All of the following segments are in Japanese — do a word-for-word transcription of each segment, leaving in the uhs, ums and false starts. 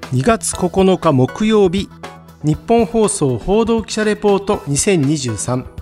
にがつここのか木曜日、日本放送報道記者レポートにせんにじゅうさん。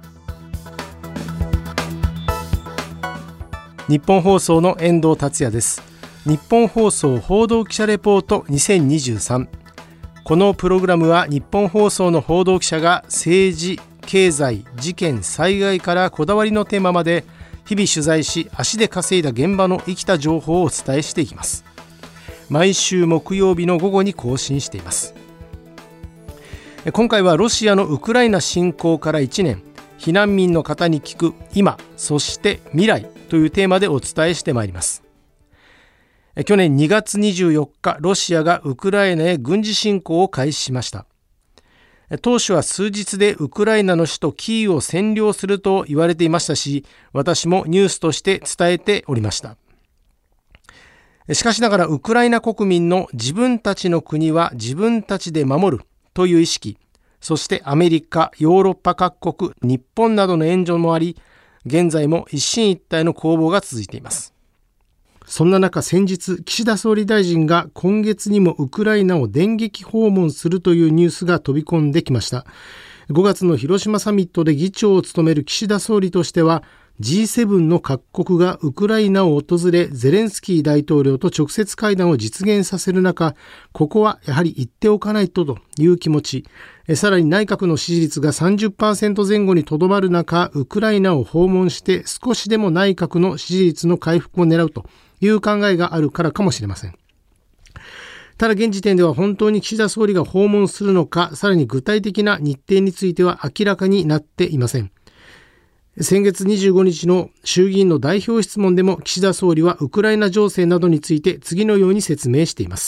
日本放送の遠藤達也です。日本放送報道記者レポートにせんにじゅうさん。このプログラムは日本放送の報道記者が政治、経済、事件、災害からこだわりのテーマまで日々取材し、足で稼いだ現場の生きた情報をお伝えしていきます。毎週木曜日の午後に更新しています。今回はロシアのウクライナ侵攻からいちねん、避難民の方に聞く今、そして未来というテーマでお伝えしてまいります。去年にがつにじゅうよっか、ロシアがウクライナへ軍事侵攻を開始しました。当初は数日でウクライナの首都キーウを占領すると言われていましたし、私もニュースとして伝えておりました。しかしながらウクライナ国民の自分たちの国は自分たちで守るという意識、そしてアメリカ、ヨーロッパ各国、日本などの援助もあり、現在も一進一退の攻防が続いています。そんな中、先日岸田総理大臣が今月にもウクライナを電撃訪問するというニュースが飛び込んできました。ごがつの広島サミットで議長を務める岸田総理としては、ジーセブン の各国がウクライナを訪れ、ゼレンスキー大統領と直接会談を実現させる中、ここはやはり言っておかないとという気持ち、さらに内閣の支持率が さんじゅっパーセント 前後にとどまる中、ウクライナを訪問して少しでも内閣の支持率の回復を狙うという考えがあるからかもしれません。ただ現時点では本当に岸田総理が訪問するのか、さらに具体的な日程については明らかになっていません。先月にじゅうごにちの衆議院の代表質問でも岸田総理はウクライナ情勢などについて次のように説明しています。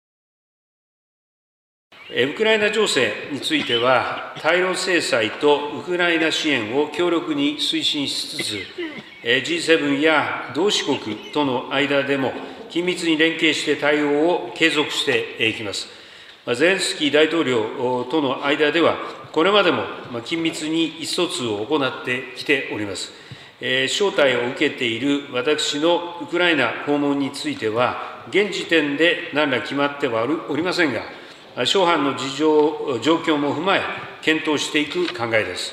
ウクライナ情勢については、対ロ制裁とウクライナ支援を強力に推進しつつ、ジーセブン や同志国との間でも緊密に連携して対応を継続していきます。ゼレンスキー大統領との間では、これまでも緊密に意思疎通を行ってきております。招待を受けている私のウクライナ訪問については、現時点で何ら決まってはおりませんが、諸般の事情、状況も踏まえ、検討していく考えです。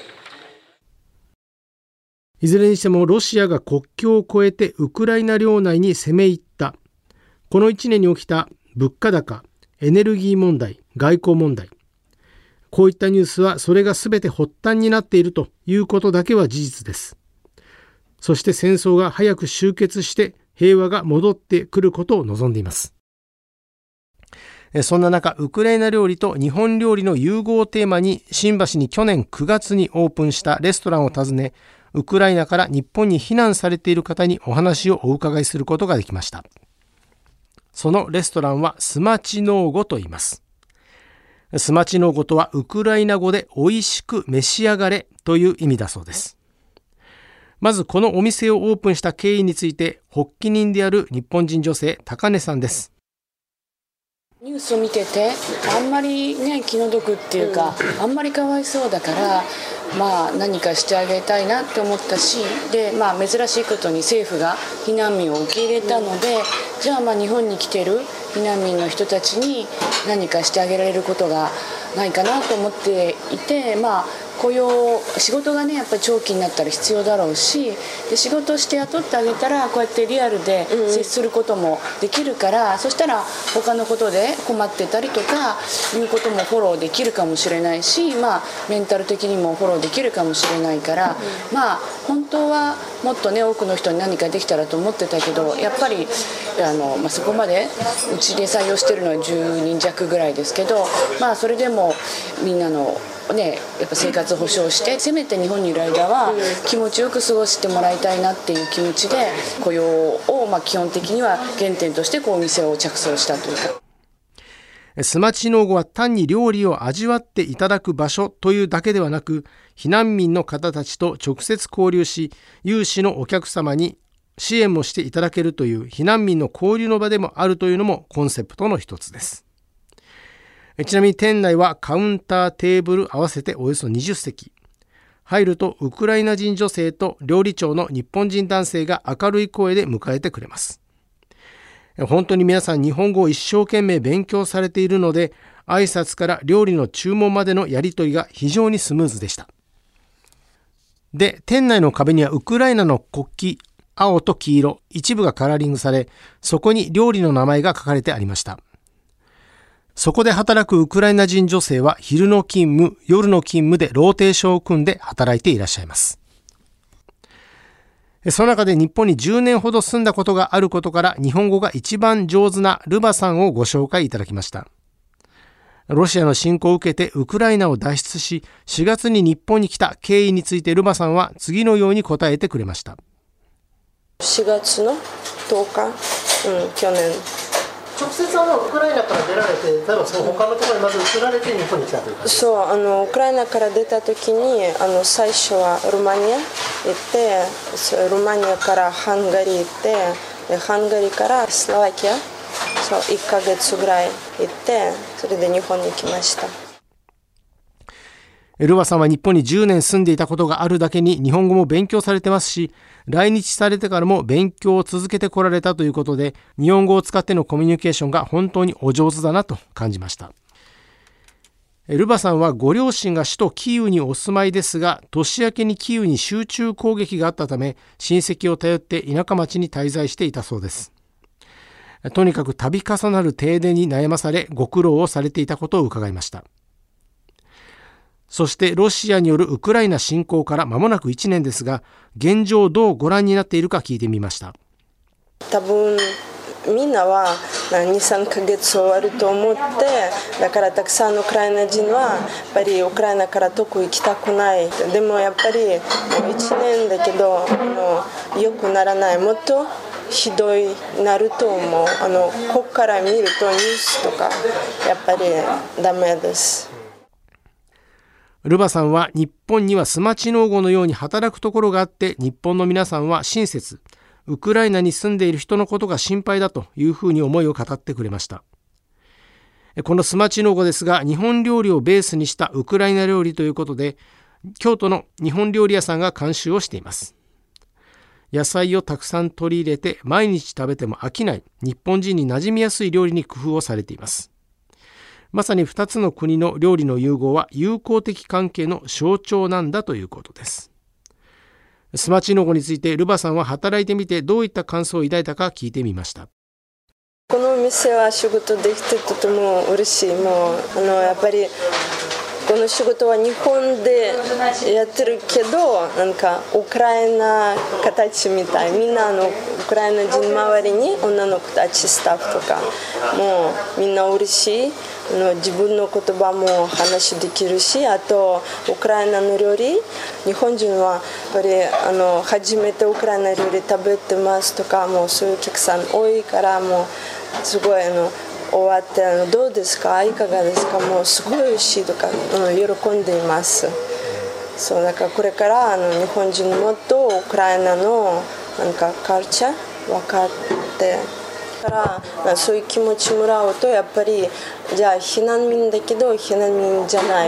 いずれにしてもロシアが国境を越えてウクライナ領内に攻め入った。このいちねんに起きた物価高、エネルギー問題、外交問題。こういったニュースはそれが全て発端になっているということだけは事実です。そして戦争が早く終結して平和が戻ってくることを望んでいます。そんな中、ウクライナ料理と日本料理の融合をテーマに新橋に去年くがつにオープンしたレストランを訪ね、ウクライナから日本に避難されている方にお話をお伺いすることができました。そのレストランはスマチノーゴと言います。スマチノーゴとはウクライナ語で美味しく召し上がれという意味だそうです。まずこのお店をオープンした経緯について、発起人である日本人女性高根さんです。 ニュースを見ててあんまりね気の毒っていうか、あんまりかわいそうだから、まあ何かしてあげたいなって思ったし、でまあ珍しいことに政府が避難民を受け入れたので、じゃあまあ日本に来てる避難民の人たちに何かしてあげられることがないかなと思っていて、まあ雇用仕事がねやっぱり長期になったら必要だろうし、で仕事して雇ってあげたらこうやってリアルで接することもできるから、うん、そしたら他のことで困ってたりとかいうこともフォローできるかもしれないし、まあメンタル的にもフォローできるかもしれないから、うん、まあ本当はもっとね多くの人に何かできたらと思ってたけど、やっぱりあの、まあ、そこまでうちで採用してるのはじゅうにん弱ぐらいですけど、まあそれでもみんなのね、やっぱ生活保障して、せめて日本にいる間は気持ちよく過ごしてもらいたいなっていう気持ちで、雇用をまあ基本的には原点としてこうお店を着想したというか。 スマチノーゴは単に料理を味わっていただく場所というだけではなく、避難民の方たちと直接交流し、有志のお客様に支援もしていただけるという避難民の交流の場でもあるというのもコンセプトの一つです。ちなみに店内はカウンター、テーブル合わせておよそにじゅっせき。入るとウクライナ人女性と料理長の日本人男性が明るい声で迎えてくれます。 本当に皆さん日本語を一生懸命勉強されているので、挨拶から料理の注文までのやり取りが非常にスムーズでした。で、店内の壁にはウクライナの国旗、青と黄色、一部がカラーリングされ、そこに料理の名前が書かれてありました。そこで働くウクライナ人女性は昼の勤務、夜の勤務でローテーションを組んで働いていらっしゃいます。その中で日本にじゅうねんほど住んだことがあることから、日本語が一番上手なルバさんをご紹介いただきました。ロシアの侵攻を受けてウクライナを脱出し、しがつに日本に来た経緯についてルバさんは次のように答えてくれました。 しがつのとおか、うん、去年。 直接あのウクライナから出られて、例えばその他のところにまず移られて日本に来たということですか？ そう、あのウクライナから出た時に、あの最初はルーマニア行って、ルーマニアからハンガリー行って、ハンガリーからスロバキア、そういっかげつぐらい行って、それで日本に来ました。 ルバさんは日本にじゅうねん住んでいたことがあるだけに、日本語も勉強されてますし、来日されてからも勉強を続けてこられたということで、日本語を使ってのコミュニケーションが本当にお上手だなと感じました。ルバさんはご両親が首都キーウにお住まいですが、年明けにキーウに集中攻撃があったため、親戚を頼って田舎町に滞在していたそうです。とにかく度重なる停電に悩まされ、ご苦労をされていたことを伺いました。そしてロシアによるウクライナ侵攻から間もなくいちねんですが、現状をどうご覧になっているか聞いてみました。 多分みんなはに、さんかげつ終わると思って、だからたくさんのウクライナ人はやっぱりウクライナから遠く行きたくない。でもやっぱりいちねんだけど良くならない、もっとひどいなると思う。あのここから見るとニュースとかやっぱりダメです。 ルバさんは日本にはスマチノーゴのように働くところがあって、日本の皆さんは親切、ウクライナに住んでいる人のことが心配だというふうに思いを語ってくれました。このスマチノーゴですが、日本料理をベースにしたウクライナ料理ということで、京都の日本料理屋さんが監修をしています。野菜をたくさん取り入れて毎日食べても飽きない日本人に馴染みやすい料理に工夫をされています。まさにふたつの国の料理の融合は友好的関係の象徴なんだということです。スマチノーゴについてルバさんは働いてみてどういった感想を抱いたか聞いてみました。 この店は仕事できてとても嬉しい。もうあのやっぱりこの仕事は日本でやってるけど、なんかウクライナ形みたい。みんなあのウクライナ人周りに女の子たちスタッフとかもうみんな嬉しい。あの自分の言葉も話できるし、あとウクライナの料理、日本人はやっぱりあの初めてウクライナ料理食べてますとか、もうそういうお客さん多いから、もうすごいあの終わってあのどうですか、いかがですか、もうすごい美味しいとか、うん、喜んでいます。そうだからこれからあの日本人もっとウクライナのなんかカルチャー分かってからそういう気持ちもらうと、やっぱりじゃあ避難民だけど避難民じゃない。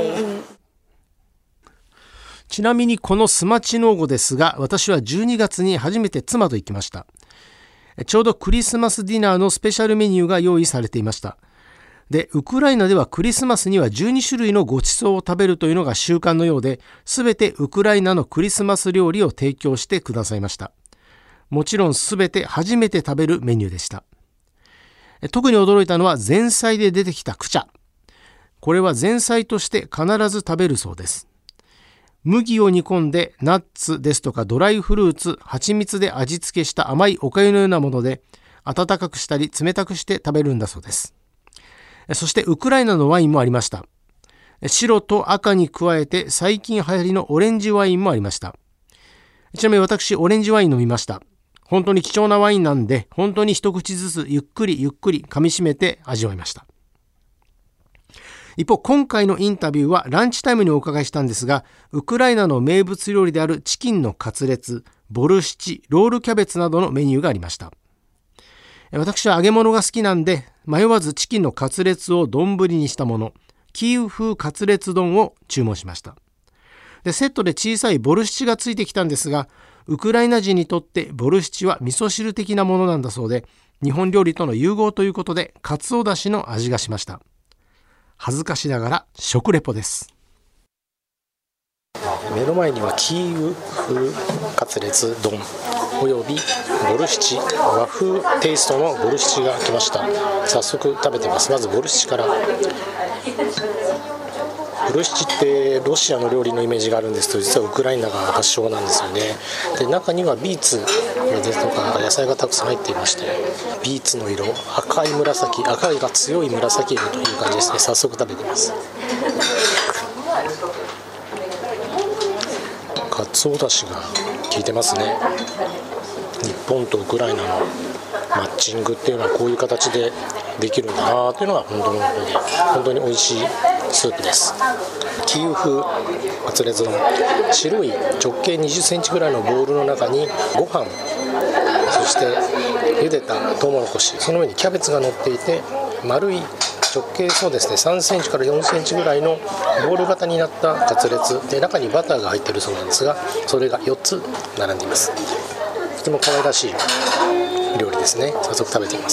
ちなみにこのスマチノーゴですが、私はじゅうにがつに初めて妻と行きました。ちょうどクリスマスディナーのスペシャルメニューが用意されていました。で、ウクライナではクリスマスにはじゅうにしゅるいのご馳走を食べるというのが習慣のようで、すべてウクライナのクリスマス料理を提供してくださいました。もちろんすべて初めて食べるメニューでした。特に驚いたのは前菜で出てきたクチャ。これは前菜として必ず食べるそうです。麦を煮込んでナッツですとかドライフルーツ、蜂蜜で味付けした甘いお粥のようなもので、温かくしたり冷たくして食べるんだそうです。そしてウクライナのワインもありました。白と赤に加えて最近流行りのオレンジワインもありました。ちなみに私オレンジワイン飲みました。本当に貴重なワインなんで、本当に一口ずつゆっくりゆっくり噛み締めて味わいました。一方、今回のインタビューはランチタイムにお伺いしたんですが、ウクライナの名物料理であるチキンのカツレツ、ボルシチ、ロールキャベツなどのメニューがありました。私は揚げ物が好きなんで、迷わずチキンのカツレツを丼にしたもの、キーウ風カツレツ丼を注文しました。で、セットで小さいボルシチがついてきたんですが、ウクライナ人にとってボルシチは味噌汁的なものなんだそうで、 日本料理との融合ということで、かつおだしの味がしました。恥ずかしながら食レポです。 目の前にはキーウ風カツレツ丼およびボルシチ、和風テイストのボルシチが来ました。早速食べてます。まずボルシチから。ボルシチってロシアの料理のイメージがあるんですけど、実はウクライナが発祥なんですよね。で、中にはビーツですとか野菜がたくさん入っていまして、ビーツの色、赤い紫、赤いが強い紫色という感じですね。早速食べてます。かつおだしが効いてますね。日本とウクライナのマッチングっていうのはこういう形でできるんだなっていうのは本当に本当に美味しいスープです。キーウ風カツレツの白い直径にじゅっセンチぐらいのボウルの中にご飯、そして茹でたトウモロコシ、その上にキャベツが乗っていて、丸い直径そうですねさんセンチからよんセンチぐらいのボール型になったカツレツで、中にバターが入っているそうなんですが、それがよっつ並んでいます。とても可愛らしい料理ですね。早速食べています。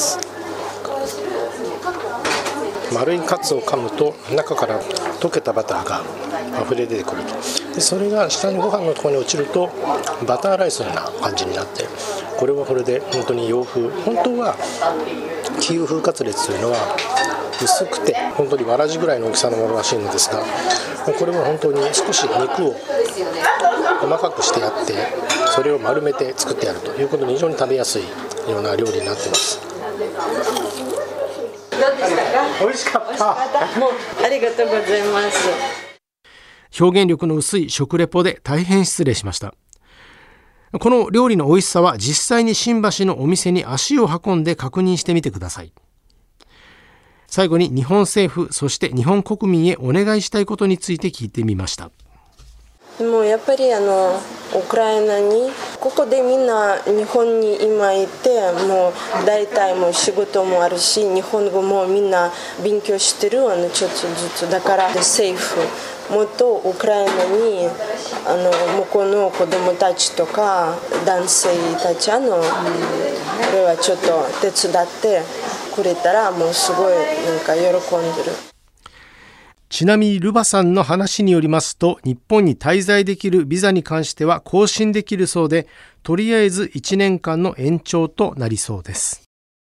丸いカツを噛むと中から溶けたバターが溢れ出てくると。でそれが下にご飯のところに落ちるとバターライスのような感じになって、これはこれで本当に洋風。本当はキーウ風カツレツというのは薄くて本当にわらじぐらいの大きさのものらしいのですが、これも本当に少し肉を細かくしてあって、それを丸めて作ってやるということで非常に食べやすいような料理になっています。 美味しかった。 もうありがとうございます。 表現力の薄い食レポで大変失礼しました。この料理の美味しさは実際に新橋のお店に足を運んで確認してみてください。最後に日本政府、そして日本国民へお願いしたいことについて聞いてみました。 でもやっぱりあのウクライナにここでみんな日本に今いて、もう大体もう仕事もあるし日本語もみんな勉強してる、あのちょっとずつだから政府もっとウクライナにあの向こうの子供たちとか男性たちあのこれはちょっと手伝ってくれたらもうすごいなんか喜んでる。 ちなみにルバさんの話によりますと、日本に滞在できるビザに関しては更新できるそうで、とりあえずいちねんかんの延長となりそうです。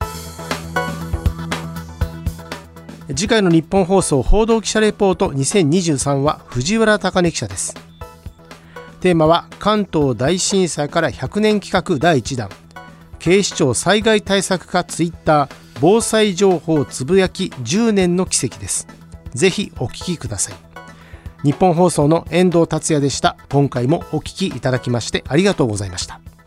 次回の日本放送報道記者レポートにせんにじゅうさんは藤原貴根記者です。テーマは関東大震災からひゃくねん企画だいいちだん、警視庁災害対策課ツイッター防災情報つぶやきじゅうねんの奇跡です。ぜひお聞きください。日本放送の遠藤達也でした。今回もお聞きいただきましてありがとうございました。